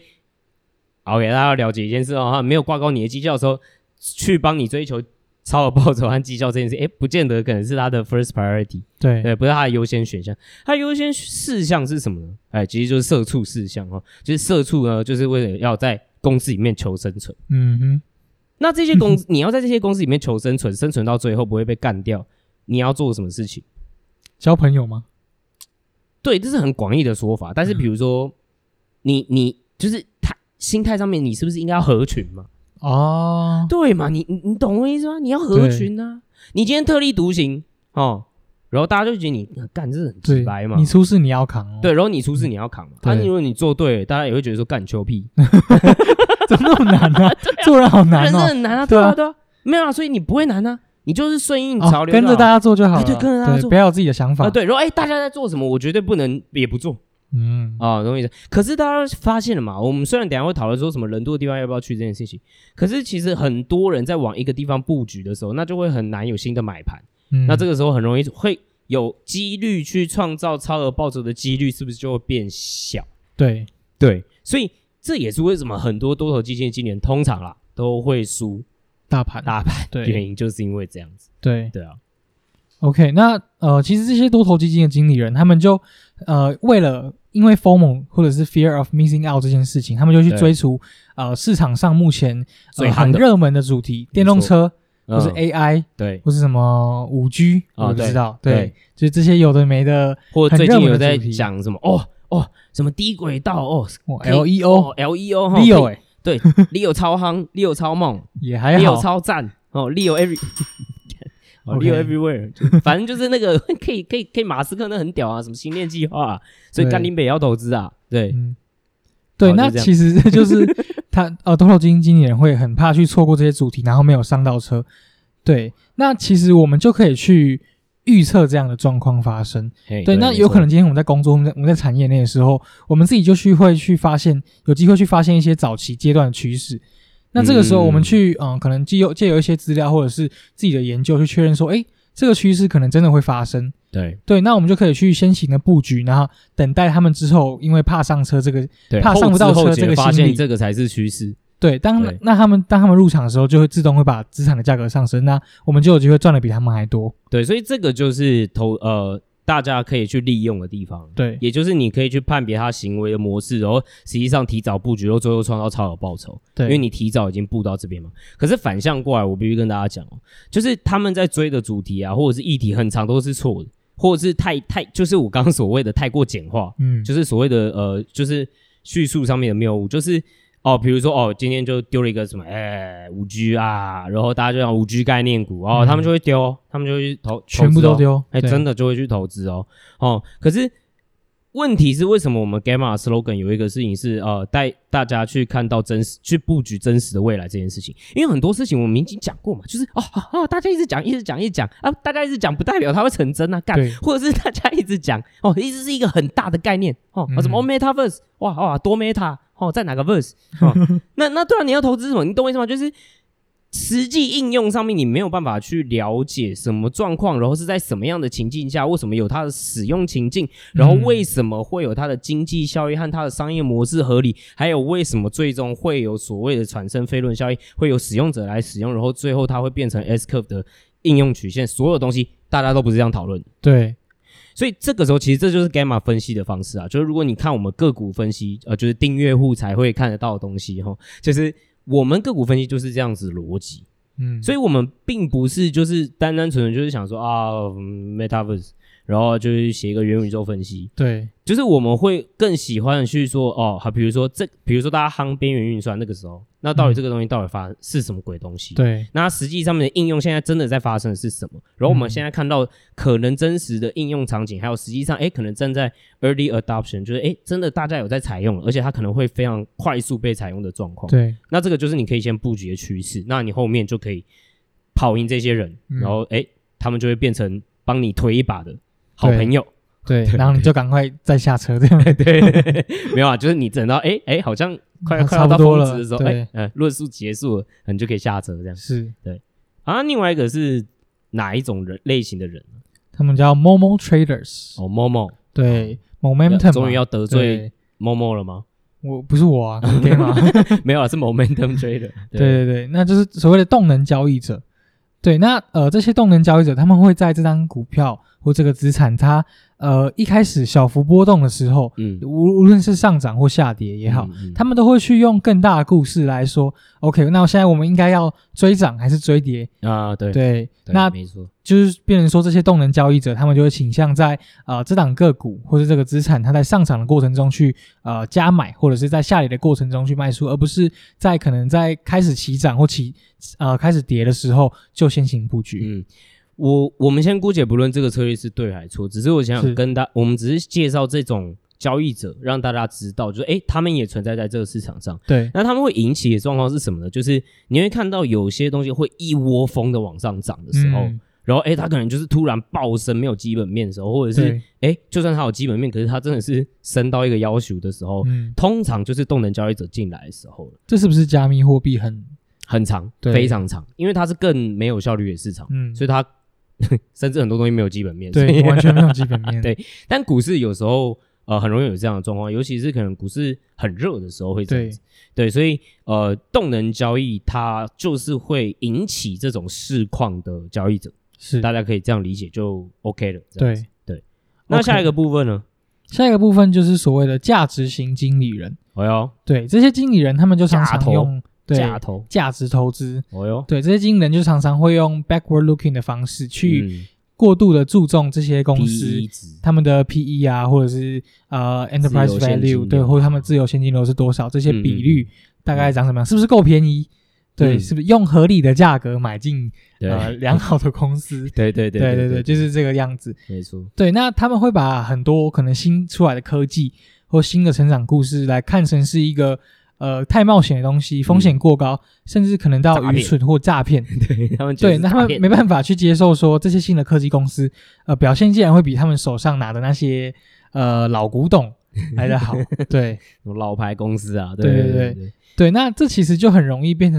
OK， 大家要了解一件事哦，没有挂钩你的绩效的时候，去帮你追求超额报酬和绩效这件事，哎，不见得可能是他的 first priority，
对
对，不是他的优先选项。他优先事项是什么呢？哎，其实就是社畜事项哦，就是社畜呢，就是为了要在公司里面求生存。
嗯哼，
那这些公司，你要在这些公司里面求生存，生存到最后不会被干掉，你要做什么事情？
交朋友吗？
对，这是很广义的说法。但是比如说，嗯、你你就是他心态上面，你是不是应该要合群嘛？
哦，
对嘛，你你你懂我意思吗？你要合群啊！你今天特立独行哦，然后大家就觉得你干这很鸡掰嘛，
你出事你要扛哦。
对，然后你出事你要扛嘛。啊，如果你做对了，大家也会觉得说干臭屁，
怎么那么难啊？做人好难哦，
人是很难啊，对啊对啊，没有啊，所以你不会难啊，你就是顺应潮流、
哦，跟着大家做就好了。
对，跟着大家做，
不要有自己的想法。
啊，对，然后哎，大家在做什么，我绝对不能也不做。
嗯
啊，懂我意思。可是大家发现了嘛？我们虽然等一下会讨论说什么人多的地方要不要去这件事情，可是其实很多人在往一个地方布局的时候，那就会很难有新的买盘。嗯，那这个时候很容易会有几率去创造超额报酬的几率，是不是就会变小？
对
对，所以这也是为什么很多多头基金的经理人通常啦都会输
大盘
大盘，
对，
原因就是因为这样子。
对
对啊。
OK， 那呃，其实这些多头基金的经理人，他们就呃为了因为 F O M O 或者是 Fear of Missing Out 这件事情，他们就去追逐呃市场上目前、呃、很热门的主题，电动车或是 A I，、嗯、
对，
或是什么 五 G，、哦、我不知道，对，
对，
就是这些有的没的，
或者最近有在讲什么哦哦什么低轨道哦, 哦
，L E O，
哦 L E O，
Leo 哎、欸，
对 ，Leo 超夯 ，Leo 超猛，
也还好
，Leo 超赞哦 ，Leo every。哦 ，Leo everywhere， 反正就是那个可以可以可以，马斯克那很屌啊，什么星链计划、啊，所以甘林北也要投资啊，对，
嗯、对，那其实就是他呃，多头基金经理人会很怕去错过这些主题，然后没有上到车，对，那其实我们就可以去预测这样的状况发生，对，对那有可能今天我们在工作，我们在我们在产业内的时候，我们自己就去会去发现，有机会去发现一些早期阶段的趋势。那这个时候，我们去嗯、呃，可能借由借由一些资料或者是自己的研究去确认说，哎， 这个趋势可能真的会发生。
对
对，那我们就可以去先行的布局，然后等待他们之后，因为怕上车这个，
对
怕上不到车这个
发
心理，
现这个才是趋势。
对，当
对
那他们当他们入场的时候，就会自动会把资产的价格上升，那我们就有机会赚的比他们还多。
对，所以这个就是投呃大家可以去利用的地方。
对，
也就是你可以去判别他行为的模式，然后实际上提早布局，然后最后创造超有报酬。
对，
因为你提早已经布到这边嘛。可是反向过来，我必须跟大家讲哦，就是他们在追的主题啊，或者是议题，很常都是错的，或者是太太，就是我刚刚所谓的太过简化，嗯，就是所谓的呃，就是叙述上面的谬误，就是哦，比如说哦，今天就丢了一个什么哎五 G 啊，然后大家就讲五 G 概念股哦、嗯，他们就会丢，他们就会去投，
全部都丢，
哎、欸，真的就会去投资哦哦。可是问题是，为什么我们 Gamma slogan 有一个事情是呃带大家去看到真实，去布局真实的未来这件事情？因为很多事情我们已经讲过嘛，就是哦哦，大家一直讲，一直讲，一直讲啊，大家一直讲不代表它会成真啊，干，或者是大家一直讲哦，一直是一个很大的概念哦，嗯、什么 Metaverse， 哇哇多 Meta 哦，在哪个 verse？ 哦、那那对啊，你要投资什么？你懂我意思吗？就是实际应用上面你没有办法去了解什么状况，然后是在什么样的情境下，为什么有它的使用情境，然后为什么会有它的经济效益和它的商业模式合理，还有为什么最终会有所谓的产生飞轮效应，会有使用者来使用，然后最后它会变成 S curve 的应用曲线，所有东西大家都不是这样讨论。
对，
所以这个时候其实这就是 Gamma 分析的方式啊，就是如果你看我们个股分析，呃，就是订阅户才会看得到的东西齁，就是我们个股分析就是这样子逻辑。嗯，所以我们并不是就是单单纯纯就是想说啊、嗯、Metaverse， 然后就是写一个元宇宙分析。对，就是我们会更喜欢去说哦，好，比如说这，比如说大家夯边缘运算那个时候，那到底这个东西到底发是什么鬼东西？对，那它实际上面的应用现在真的在发生的是什么？然后我们现在看到可能真实的应用场景，还有实际上哎可能正在 early adoption， 就是哎真的大家有在采用了，而且它可能会非常快速被采用的状况。对，那这个就是你可以先布局的趋势，那你后面就可以跑赢这些人，嗯、然后哎他们就会变成帮你推一把的好朋友。对，对，然后你就赶快再下车，这样对，对，没有啊，就是你等到哎哎，好像快快要到峰值的时候，哎，呃，论述结束了，你就可以下车，这样是对。啊，另外一个是哪一种人类型的人呢？他们叫 Momo Traders。哦 ，Momo， 对 ，Momentum， 终于要得罪 Momo 了吗？我不是我啊，对吗？没有啊，是 Momentum Trader 对。对对对，那就是所谓的动能交易者。对，那呃，这些动能交易者他们会在这张股票或这个资产，它呃一开始小幅波动的时候，嗯，无无论是上涨或下跌也好，嗯嗯，他们都会去用更大的故事来说 ，OK， 那现在我们应该要追涨还是追跌啊？对对，对，那没错，就是变成说这些动能交易者，他们就会倾向在呃这档个股或者这个资产，它在上涨的过程中去呃加买，或者是在下跌的过程中去卖出，而不是在可能在开始起涨或起呃开始跌的时候就先行布局。嗯。我我们先姑且不论这个策略是对还是错，只是我想跟大我们只是介绍这种交易者，让大家知道，就是诶他们也存在在这个市场上。对，那他们会引起的状况是什么呢？就是你会看到有些东西会一窝蜂的往上涨的时候，嗯、然后诶他可能就是突然暴升，没有基本面的时候，或者是诶就算他有基本面，可是他真的是升到一个要求的时候，嗯、通常就是动能交易者进来的时候了。这是不是加密货币很很长，非常长？因为它是更没有效率的市场，嗯，所以它。甚至很多东西没有基本面，对，完全没有基本面。对，但股市有时候呃很容易有这样的状况，尤其是可能股市很热的时候会这样子。对，对，所以呃动能交易它就是会引起这种市况的交易者，是大家可以这样理解就 OK 了。对对，那下一个部分呢？下一个部分就是所谓的价值型经理人。哎呦，对，这些经理人他们就常常用。价投价值投资，哦哟，对，这些经理人就常常会用 backward looking 的方式去过度的注重这些公司、嗯、他们的 P E 啊，或者是呃 enterprise value， 对，或者他们自由现金流是多少，这些比率大概长什么样，嗯、是不是够便宜？对，嗯、是不是用合理的价格买进呃良好的公司？对对对对对对，就是这个样子，没错。对，那他们会把很多可能新出来的科技或新的成长故事来看成是一个。呃，太冒险的东西，风险过高，嗯、甚至可能到愚蠢或诈骗。对他们，对，那他们没办法去接受说这些新的科技公司，呃，表现竟然会比他们手上拿的那些呃老古董来得好。对，老牌公司啊，对对对 对, 对, 对，那这其实就很容易变成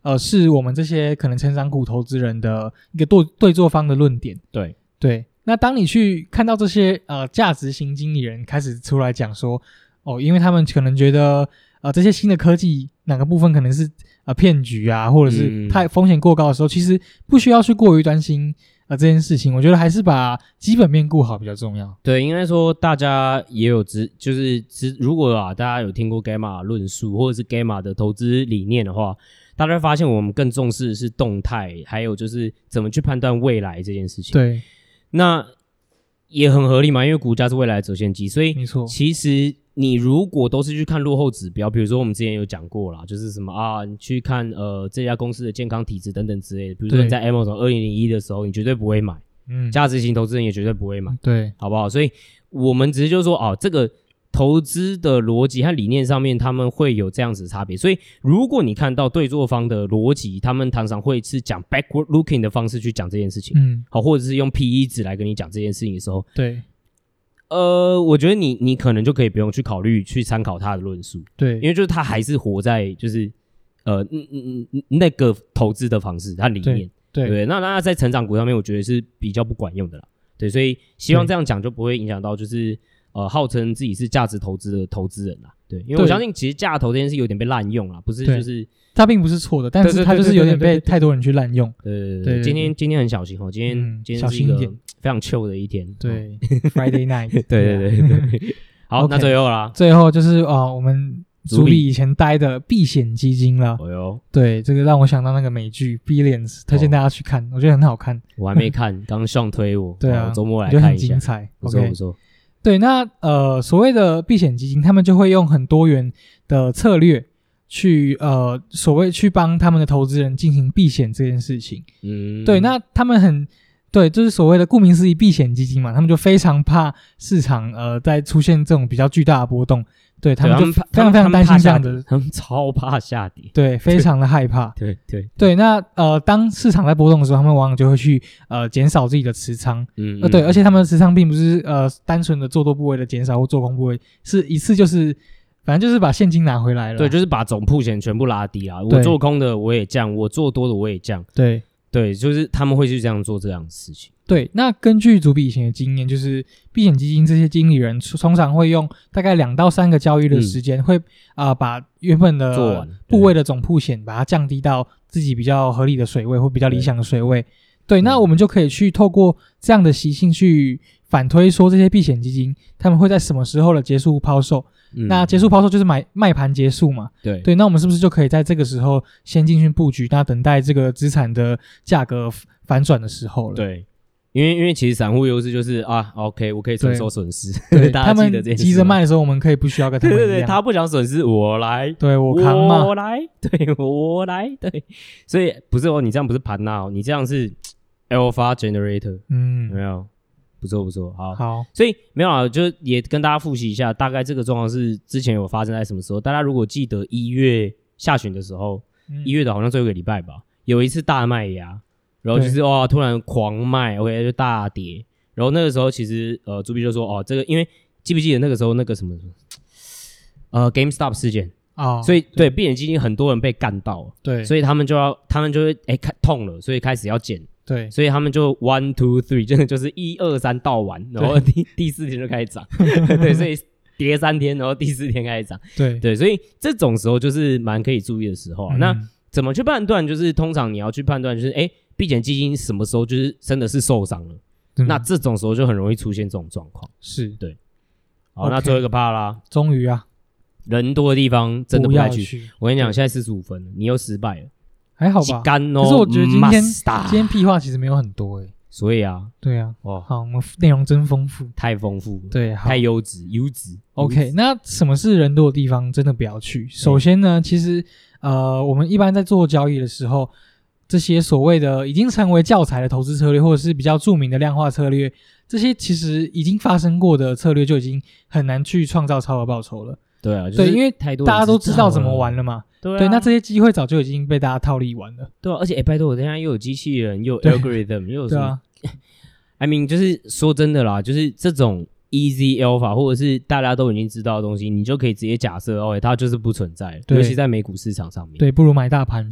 呃是我们这些可能成长股投资人的一个对对做方的论点。
对
对，那当你去看到这些呃价值型经理人开始出来讲说，哦，因为他们可能觉得呃这些新的科技哪个部分可能是呃骗局啊，或者是太风险过高的时候，嗯、其实不需要去过于担心呃这件事情。我觉得还是把基本面顾好比较重要。
对，应该说大家也有知，就是知，如果啊大家有听过 Gamma 论述或者是 Gamma 的投资理念的话，大家会发现我们更重视的是动态，还有就是怎么去判断未来这件事情。
对，那
也很合理嘛，因为股价是未来的折现机，所以
没错，
其实你如果都是去看落后指标，比如说我们之前有讲过啦，就是什么啊，你去看呃这家公司的健康体质等等之类的，比如说你在 Amazon 二零零一的时候，你绝对不会买，嗯，价值型投资人也绝对不会买，
对，
好不好？所以我们只是就是说哦，这个投资的逻辑和理念上面，他们会有这样子的差别。所以如果你看到对做方的逻辑，他们常常会是讲 backward looking 的方式去讲这件事情，嗯，好，或者是用 P E 值来跟你讲这件事情的时候，
对。
呃，我觉得你你可能就可以不用去考虑去参考他的论述，
对，
因为就是他还是活在就是呃嗯嗯嗯那个投资的方式，他理念，
对 对,
对，那那在成长股上面，我觉得是比较不管用的啦，对，所以希望这样讲就不会影响到就是呃号称自己是价值投资的投资人啦，对，因为我相信其实价投这件事有点被滥用啦，不是就是
他并不是错的，但是他就是有点被太多人去滥用，
对对 对, 对，今天今天很小心哦，今天、嗯、今天是一个非常 chill 的一天，
对、哦、，Friday night，
对对对对，好， okay, 那最后啦，
最后就是呃我们主理以前待的避险基金了，
哦哟，
对，这个让我想到那个美剧 Billions， 推荐大家去看，我觉得很好看，
我还没看，刚上推我，
对啊，
周末来看一下，
很精彩，
不错不错。
对，那呃，所谓的避险基金，他们就会用很多元的策略去呃，所谓去帮他们的投资人进行避险这件事情。嗯，对，那他们很对，就是所谓的顾名思义避险基金嘛，他们就非常怕市场呃在出现这种比较巨大的波动，对他们就非常非常担心这样的，
他们超怕下跌，
对，非常的害怕，
对对 对,
对。那呃，当市场在波动的时候，他们往往就会去呃减少自己的持仓，嗯, 嗯，呃，对，而且他们的持仓并不是呃单纯的做多部位的减少或做空部位，是一次就是反正就是把现金拿回来了，
对，就是把总曝险全部拉低啦。我做空的我也降，我做多的我也降，
对
对，就是他们会去这样做这样的事情。
对，那根据主笔以前的经验，就是避险基金这些经理人通常会用大概两到三个交易日的时间，嗯、会啊、呃、把原本的部位的总曝险把它降低到自己比较合理的水位或比较理想的水位。对，对那我们就可以去透过这样的习性去反推说这些避险基金他们会在什么时候的结束抛售。嗯、那结束抛售就是买卖盘结束嘛？
对
对，那我们是不是就可以在这个时候先进去布局，那等待这个资产的价格反转的时候了？
对。因为因为其实散户优势就是啊 ，OK， 我可以承受损失。
对，
大家记得这件事。
他们急着卖的时候，我们可以不需要跟他们一样。
对对对，他不想损失，我来，
对我扛嘛，
我来，对我来，对。所以不是哦，你这样不是盘呐、哦，你这样是 alpha generator， 嗯，有没有？不错不错，好，
好。
所以没有啊，就也跟大家复习一下，大概这个状况是之前有发生在什么时候？大家如果记得一月下旬的时候，一、嗯、月的好像最后一个礼拜吧，有一次大卖压。然后就是哇，突然狂卖 ，OK 就大跌。然后那个时候其实呃，朱碧就说哦，这个因为记不记得那个时候那个什么呃 GameStop 事件啊、哦，所以对避险基金很多人被干到，
对，
所以他们就要他们就会哎看痛了，所以开始要减，
对，
所以他们就 one two three 真的就是一二三到完，然后第第四天就开始涨，对，所以跌三天，然后第四天开始涨，
对
对，所以这种时候就是蛮可以注意的时候啊。嗯、那怎么去判断？就是通常你要去判断，就是哎。避险基金什么时候就是真的是受伤了、嗯、那这种时候就很容易出现这种状况，
是
对。好， okay, 那最后一个怕啦，
终于啊，
人多的地方真的不该去。
去
我跟你讲，现在四十五分了，你又失败了，
还好吧？
哦、
可是我觉得今天今天屁话其实没有很多诶、欸，
所以啊，
对啊，哦，好，我们内容真丰富，
太丰富了，
对，
太优质，优质。
OK， 那什么是人多的地方真的不要去？首先呢，其实呃，我们一般在做交易的时候。这些所谓的已经成为教材的投资策略，或者是比较著名的量化策略，这些其实已经发生过的策略就已经很难去创造超额报酬了。
对啊，就是、
对，因为大家都知道怎么玩了嘛。
对、啊，
对，那这些机会早就已经被大家套利完了。
对啊，而且哎，拜托我等一下又有机器人，又有 algorithm， 又有什么？
对啊
I mean， 就是说真的啦，就是这种 easy alpha 或者是大家都已经知道的东西，你就可以直接假设哦，它就是不存在，尤其在美股市场上面。
对，不如买大盘去。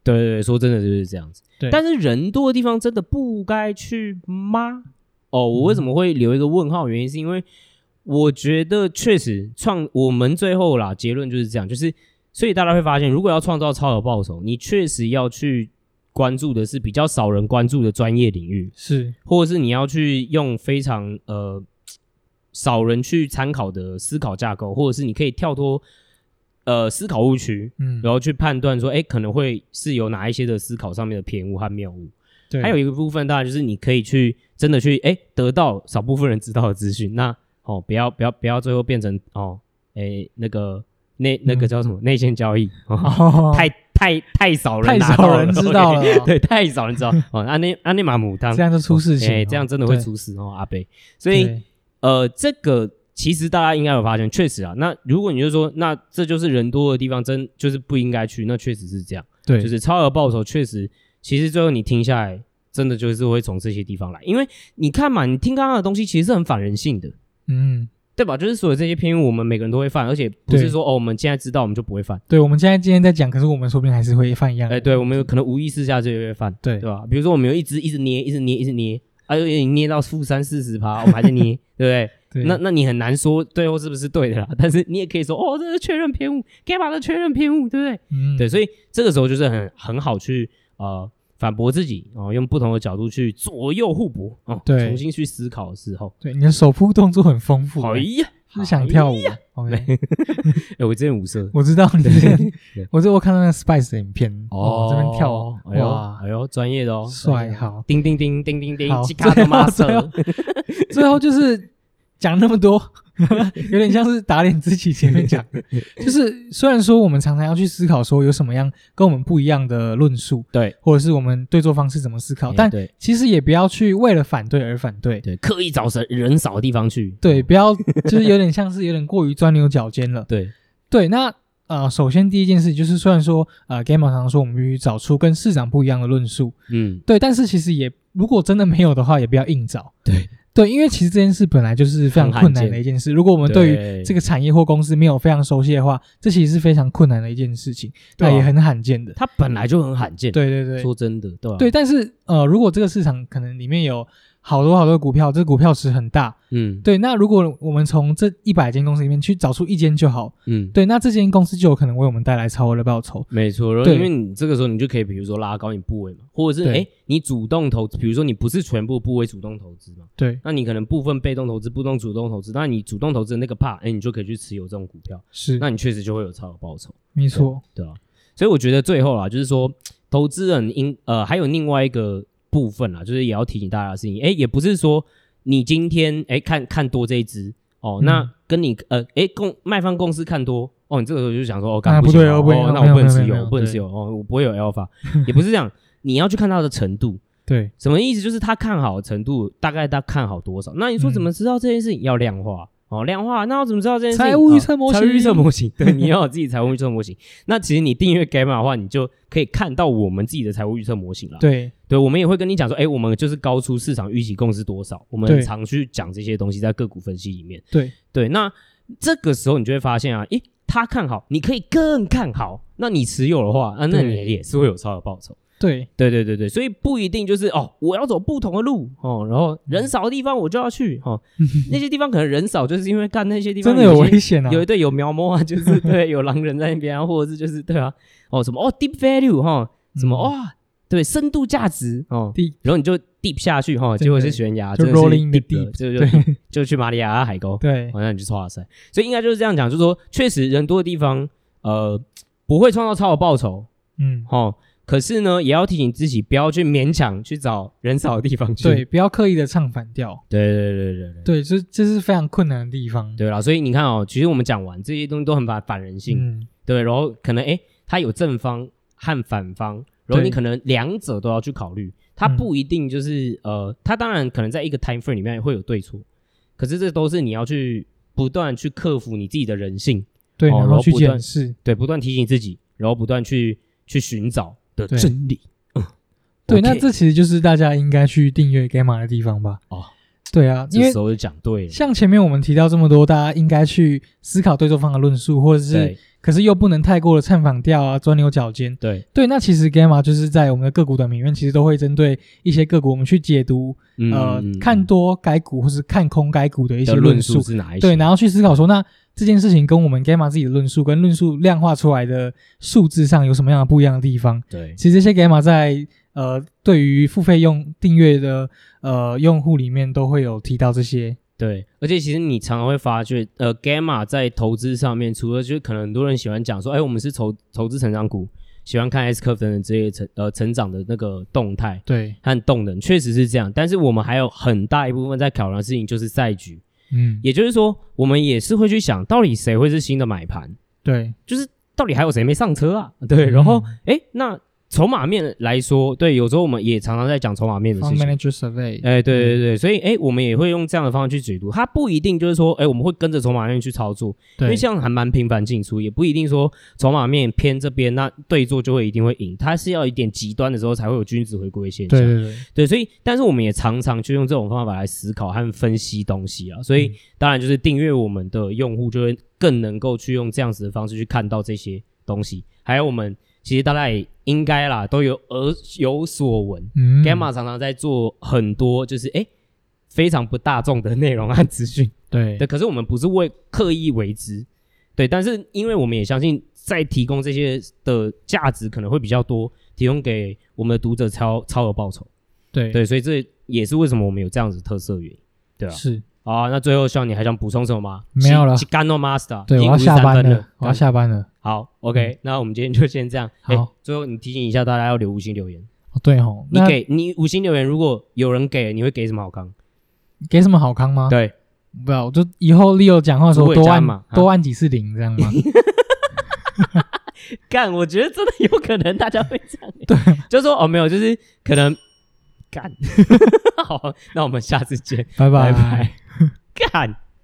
对对对，说真的就是这样子。
对，
但是人多的地方真的不该去吗？哦，我为什么会留一个问号？原因是因为我觉得确实创我们最后啦结论就是这样，就是所以大家会发现，如果要创造超额报酬，你确实要去关注的是比较少人关注的专业领域，
是，
或者是你要去用非常呃少人去参考的思考架构，或者是你可以跳脱呃思考误区，嗯，然后去判断说，哎，可能会是有哪一些的思考上面的偏误和谬误。对，还有一个部分当然就是你可以去真的去哎得到少部分人知道的资讯，那哦不要不要不要最后变成哦哎那个。那那个叫什么、嗯、内线交易、哦哦、太太太少人
太少人知道了、
okay, 对，太少人知道哦，安内安内马姆汤
这样就出事情、哦
欸、这样真的会出事哦，阿贝。所以呃，这个其实大家应该有发现，确实啊。那如果你就说，那这就是人多的地方，真就是不应该去，那确实是这样。对，就是超额报酬，确实，其实最后你听下来，真的就是会从这些地方来，因为你看嘛，你听刚刚的东西，其实是很反人性的，嗯。对吧？就是所有这些偏误，我们每个人都会犯，而且不是说哦，我们现在知道我们就不会犯。
对，我们现在今天在讲，可是我们说不定还是会犯一样的。
哎，对，我们有可能无意识下就会犯，对对吧？比如说我们有一直一直捏，一直捏，一直捏，啊，有点捏到负三四十趴，我们还在捏，对不对？对，那那你很难说最后是不是对的啦，但是你也可以说哦，这是确认偏误 ，Gamma 的确认偏误，对不对？嗯，对，所以这个时候就是很很好去呃。反驳自己哦，用不同的角度去左右互搏哦，对，重新去思考的时候，
对，你的手部动作很丰富，
哎呀，
是想跳舞 ？OK，
哎，我之前舞社，
我知道你之前，我之前我看到那个 Spice 的影片，哦，这边跳，
哎呦，哎呦，专业的哦，
帅，好，
叮叮叮叮叮叮，吉卡的 master，
最后就是讲那么多。有点像是打脸自己前面讲的，就是虽然说我们常常要去思考说有什么样跟我们不一样的论述，对，或者是我们对做方式怎么思考，但其实也不要去为了反对而反对，
对，刻意找人少的地方去，
对，不要就是有点像是有点过于钻牛角尖了，对对，那呃，首先第一件事就是虽然说呃 Gamma 常说我们必须找出跟市场不一样的论述，嗯，对，但是其实也如果真的没有的话，也不要硬找，对。对，因为其实这件事本来就是非常困难的一件事。如果我们对于这个产业或公司没有非常熟悉的话，这其实是非常困难的一件事情，那、啊、也很罕见的。
它本来就很罕见。对对对，说真的，对吧、啊？
对，但是呃，如果这个市场可能里面有好多好多股票，这个股票池很大，嗯，对。那如果我们从这一百间公司里面去找出一间就好，嗯，对，那这间公司就有可能为我们带来超额的报酬。
没错，因为你这个时候你就可以，比如说拉高你部位嘛，或者是哎，你主动投资，比如说你不是全部部位主动投资嘛，对，那你可能部分被动投资，部分主动投资，那你主动投资的那个 part， 哎，你就可以去持有这种股票，是，那你确实就会有超额报酬。
没错，
对吧、啊？所以我觉得最后啦，就是说投资人应呃还有另外一个。部分啦，就是也要提醒大家的事情，哎，也不是说你今天哎看看多这一支哦，嗯、那跟你呃哎公卖方公司看多哦，你这个时候就想说哦，干、啊、
不对哦，不
哦，那我不能持有，我不能持有哦，我不会有 alpha， 也不是这样，你要去看它的程度，对，什么意思？就是他看好的程度，大概他看好多少？那你说怎么知道这件事情？要量化。哦，量化，那我怎么知道这件事情？
财务预测模型，
财务预测模型，对，你要有自己财务预测模型。那其实你订阅 Gamma 的话，你就可以看到我们自己的财务预测模型了。对，对，我们也会跟你讲说，哎，我们就是高出市场预期共识多少，我们很常去讲这些东西在个股分析里面。对，对，那这个时候你就会发现啊，诶，他看好，你可以更看好，那你持有的话，啊，那你也是会有超额报酬。对对对对对，所以不一定就是哦，我要走不同的路哦，然后人少的地方我就要去哦，那些地方可能人少，就是因为干那些地方
真的有危险啊，
有对有苗摸啊，就是对有狼人在那边啊，或者是就是对啊，哦什么哦 deep value 哈、哦，什么哇、嗯哦、对深度价值哦，然后你就 deep 下去哈、哦，结果是悬崖，
就 rolling the deep，
就就就去马里亚海沟，对，好、哦、像你去刷塞，所以应该就是这样讲，就是说确实人多的地方呃不会创造超额报酬，嗯，哦。可是呢，也要提醒自己，不要去勉强去找人少的地方去。
对，不要刻意的唱反调。
对对对对对，
对，这这是非常困难的地方。
对啦，所以你看哦，其实我们讲完这些东西都很反反人性，嗯、对。然后可能诶，它有正方和反方，然后你可能两者都要去考虑。它不一定就是、嗯、呃，它当然可能在一个 time frame 里面会有对错，可是这都是你要去不断去克服你自己的人性，
对，
哦、
然后去检视，
对，不断提醒自己，然后不断去去寻找。的真理，
嗯，对， okay 那这其实就是大家应该去订阅 Gamma 的地方吧？哦，对啊，因为这
时候就讲对了。
像前面我们提到这么多，大家应该去思考对错方的论述，或者是可是又不能太过的唱反调啊，钻牛角尖。
对
对，那其实 Gamma 就是在我们的个股短评里面，其实都会针对一些个股，我们去解读，
嗯、
呃，看多该股或是看空该股的一些论述
是哪一些？
对，然后去思考说，那这件事情跟我们 Gamma 自己的论述跟论述量化出来的数字上有什么样的不一样的地方？
对，
其实这些 Gamma 在呃对于付费用订阅的呃用户里面都会有提到这些。
对，而且其实你常常会发觉，呃 ，Gamma 在投资上面，除了就可能很多人喜欢讲说，哎，我们是投投资成长股，喜欢看 S curve 等等这些成呃成长的那个动态，
对，
和动能，确实是这样。但是我们还有很大一部分在考量的事情就是赛局，
嗯，
也就是说，我们也是会去想到底谁会是新的买盘，
对，
就是到底还有谁没上车啊？对，然后哎、嗯，那筹码面来说，对，有时候我们也常常在讲筹码面的事情。
Fund Manager Survey，
哎，对对对，所以哎，我们也会用这样的方式去解读，它不一定就是说，哎，我们会跟着筹码面去操作，因为像还蛮频繁进出，也不一定说筹码面偏这边，那对做就会一定会赢，它是要一点极端的时候才会有均值回归现象。
对对对，
对，所以但是我们也常常去用这种方法来思考和分析东西啊，所以、嗯、当然就是订阅我们的用户就会更能够去用这样子的方式去看到这些东西，还有我们。其实大家也应该啦，都有耳有所闻。嗯 Gamma 常常在做很多就是哎非常不大众的内容和资讯，
对
对。可是我们不是为刻意为之，对。但是因为我们也相信，在提供这些的价值可能会比较多，提供给我们的读者超超额报酬，
对
对。所以这也是为什么我们有这样子的特色原因，对吧、啊？
是。
好啊，那最后希望你还想补充什么吗？
没有了。
Chicano Master，
对，我要下班了，我要下班了。
好 ，OK，、嗯、那我们今天就先这样。好，欸、最后你提醒一下大家要留五星留言。
哦，对吼，
你给你五星留言，如果有人给，你会给什么好康？
给什么好康吗？
对，
不要，我就以后 Leo 讲话的时候多按多按几次零，这样吗？
干，我觉得真的有可能大家会这样。
对，
就说哦，没有，就是可能干。好，那我们下次见，
拜拜。
拜拜干。